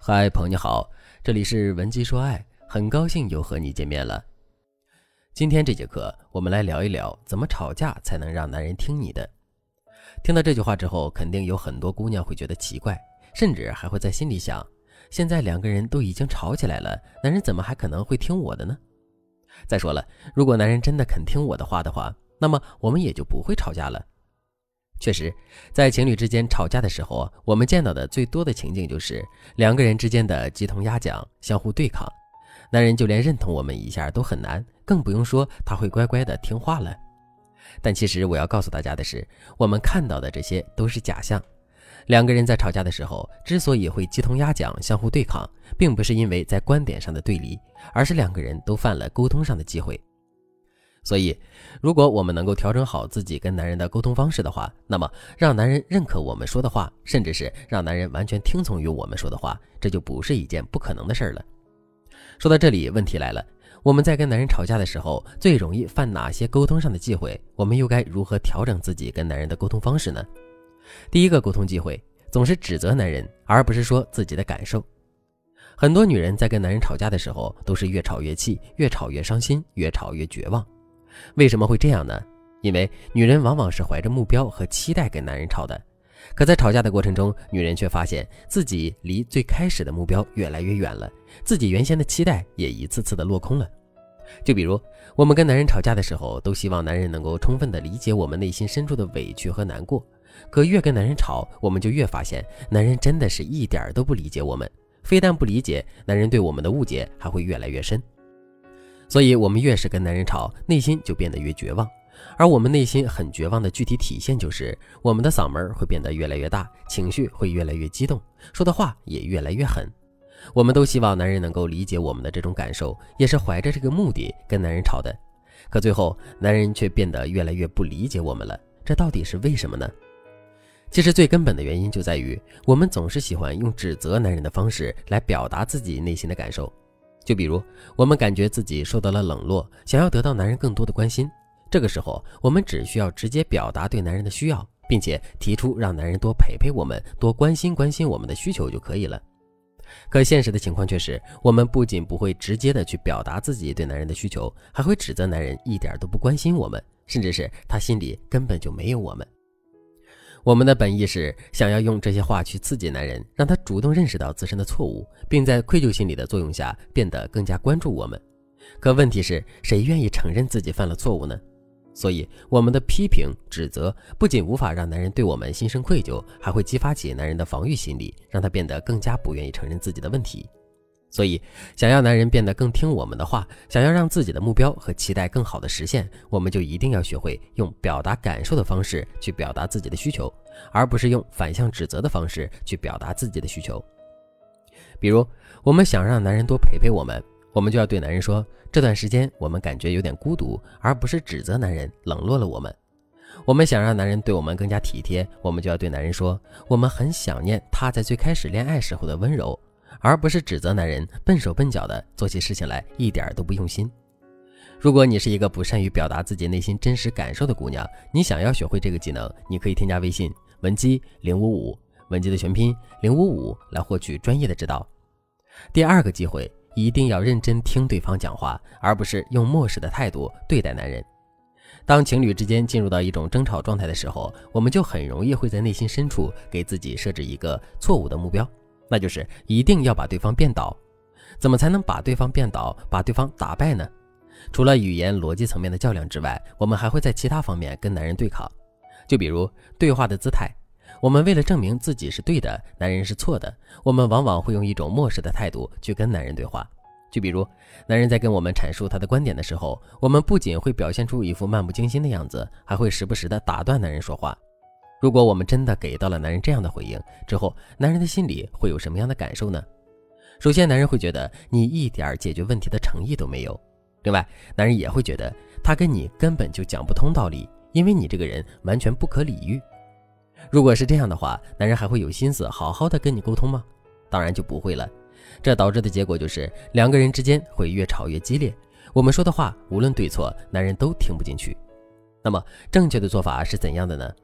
嗨，朋友你好，这里是文姬说爱，很高兴又和你见面了。今天这节课我们来聊一聊怎么吵架才能让男人听你的。听到这句话之后，肯定有很多姑娘会觉得奇怪，甚至还会在心里想，现在两个人都已经吵起来了，男人怎么还可能会听我的呢？再说了，如果男人真的肯听我的话，那么我们也就不会吵架了。确实，在情侣之间吵架的时候，我们见到的最多的情境就是两个人之间的鸡同鸭讲，相互对抗。男人就连认同我们一下都很难，更不用说他会乖乖的听话了。但其实我要告诉大家的是，我们看到的这些都是假象。两个人在吵架的时候，之所以会鸡同鸭讲，相互对抗，并不是因为在观点上的对立，而是两个人都犯了沟通上的忌讳。所以，如果我们能够调整好自己跟男人的沟通方式的话，那么让男人认可我们说的话，甚至是让男人完全听从于我们说的话，这就不是一件不可能的事了。说到这里，问题来了，我们在跟男人吵架的时候，最容易犯哪些沟通上的忌讳？我们又该如何调整自己跟男人的沟通方式呢？第一个沟通忌讳，总是指责男人，而不是说自己的感受。很多女人在跟男人吵架的时候，都是越吵越气，越吵越伤心，越吵越绝望。为什么会这样呢？因为女人往往是怀着目标和期待跟男人吵的，可在吵架的过程中，女人却发现自己离最开始的目标越来越远了，自己原先的期待也一次次的落空了。就比如我们跟男人吵架的时候，都希望男人能够充分的理解我们内心深处的委屈和难过，可越跟男人吵，我们就越发现男人真的是一点都不理解我们，非但不理解，男人对我们的误解还会越来越深。所以我们越是跟男人吵，内心就变得越绝望，而我们内心很绝望的具体体现就是我们的嗓门会变得越来越大，情绪会越来越激动，说的话也越来越狠。我们都希望男人能够理解我们的这种感受，也是怀着这个目的跟男人吵的，可最后男人却变得越来越不理解我们了，这到底是为什么呢？其实最根本的原因就在于我们总是喜欢用指责男人的方式来表达自己内心的感受。就比如我们感觉自己受到了冷落，想要得到男人更多的关心，这个时候我们只需要直接表达对男人的需要，并且提出让男人多陪陪我们，多关心关心我们的需求就可以了。可现实的情况却是，我们不仅不会直接的去表达自己对男人的需求，还会指责男人一点都不关心我们，甚至是他心里根本就没有我们。我们的本意是想要用这些话去刺激男人，让他主动认识到自身的错误，并在愧疚心理的作用下变得更加关注我们。可问题是，谁愿意承认自己犯了错误呢？所以我们的批评指责不仅无法让男人对我们心生愧疚，还会激发起男人的防御心理，让他变得更加不愿意承认自己的问题。所以想要男人变得更听我们的话，想要让自己的目标和期待更好的实现，我们就一定要学会用表达感受的方式去表达自己的需求，而不是用反向指责的方式去表达自己的需求。比如我们想让男人多陪陪我们，我们就要对男人说，这段时间我们感觉有点孤独，而不是指责男人冷落了我们。我们想让男人对我们更加体贴，我们就要对男人说，我们很想念他在最开始恋爱时候的温柔，而不是指责男人笨手笨脚的做起事情来一点都不用心。如果你是一个不善于表达自己内心真实感受的姑娘，你想要学会这个技能，你可以添加微信文姬055，文姬的全拼055，来获取专业的指导。第二个机会，一定要认真听对方讲话，而不是用漠视的态度对待男人。当情侣之间进入到一种争吵状态的时候，我们就很容易会在内心深处给自己设置一个错误的目标，那就是一定要把对方变倒。怎么才能把对方变倒，把对方打败呢？除了语言逻辑层面的较量之外，我们还会在其他方面跟男人对抗。就比如对话的姿态，我们为了证明自己是对的，男人是错的，我们往往会用一种漠视的态度去跟男人对话。就比如男人在跟我们阐述他的观点的时候，我们不仅会表现出一副漫不经心的样子，还会时不时的打断男人说话。如果我们真的给到了男人这样的回应之后，男人的心里会有什么样的感受呢？首先，男人会觉得你一点解决问题的诚意都没有。另外，男人也会觉得他跟你根本就讲不通道理，因为你这个人完全不可理喻。如果是这样的话，男人还会有心思好好的跟你沟通吗？当然就不会了。这导致的结果就是两个人之间会越吵越激烈，我们说的话无论对错，男人都听不进去。那么正确的做法是怎样的呢？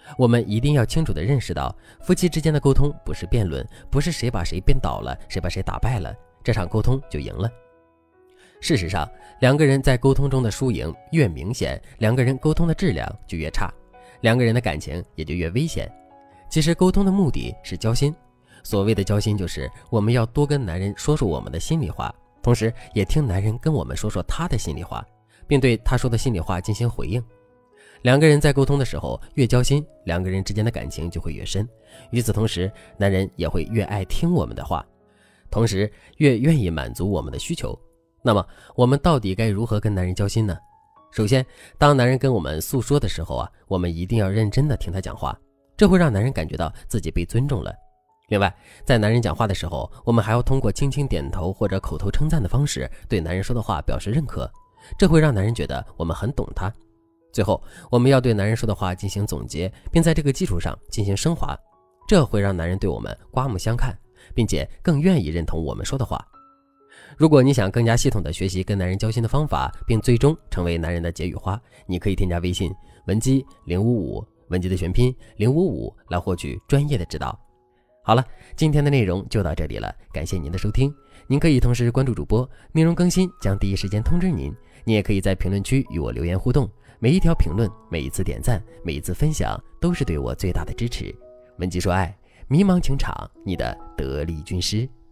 我们一定要清楚地认识到，夫妻之间的沟通不是辩论，不是谁把谁辩倒了，谁把谁打败了，这场沟通就赢了。事实上，两个人在沟通中的输赢越明显，两个人沟通的质量就越差，两个人的感情也就越危险。其实沟通的目的是交心，所谓的交心就是我们要多跟男人说说我们的心里话，同时也听男人跟我们说说他的心里话，并对他说的心里话进行回应。两个人在沟通的时候越交心，两个人之间的感情就会越深。与此同时，男人也会越爱听我们的话，同时越愿意满足我们的需求。那么我们到底该如何跟男人交心呢？首先，当男人跟我们诉说的时候我们一定要认真的听他讲话，这会让男人感觉到自己被尊重了。另外，在男人讲话的时候，我们还要通过轻轻点头或者口头称赞的方式对男人说的话表示认可，这会让男人觉得我们很懂他。最后，我们要对男人说的话进行总结，并在这个基础上进行升华，这会让男人对我们刮目相看，并且更愿意认同我们说的话。如果你想更加系统地学习跟男人交心的方法，并最终成为男人的解语花，你可以添加微信文姬055，文姬的全拼055，来获取专业的指导。好了，今天的内容就到这里了，感谢您的收听。您可以同时关注主播，内容更新将第一时间通知您。你也可以在评论区与我留言互动，每一条评论，每一次点赞，每一次分享，都是对我最大的支持。文姬说爱，迷茫情场，你的得力军师。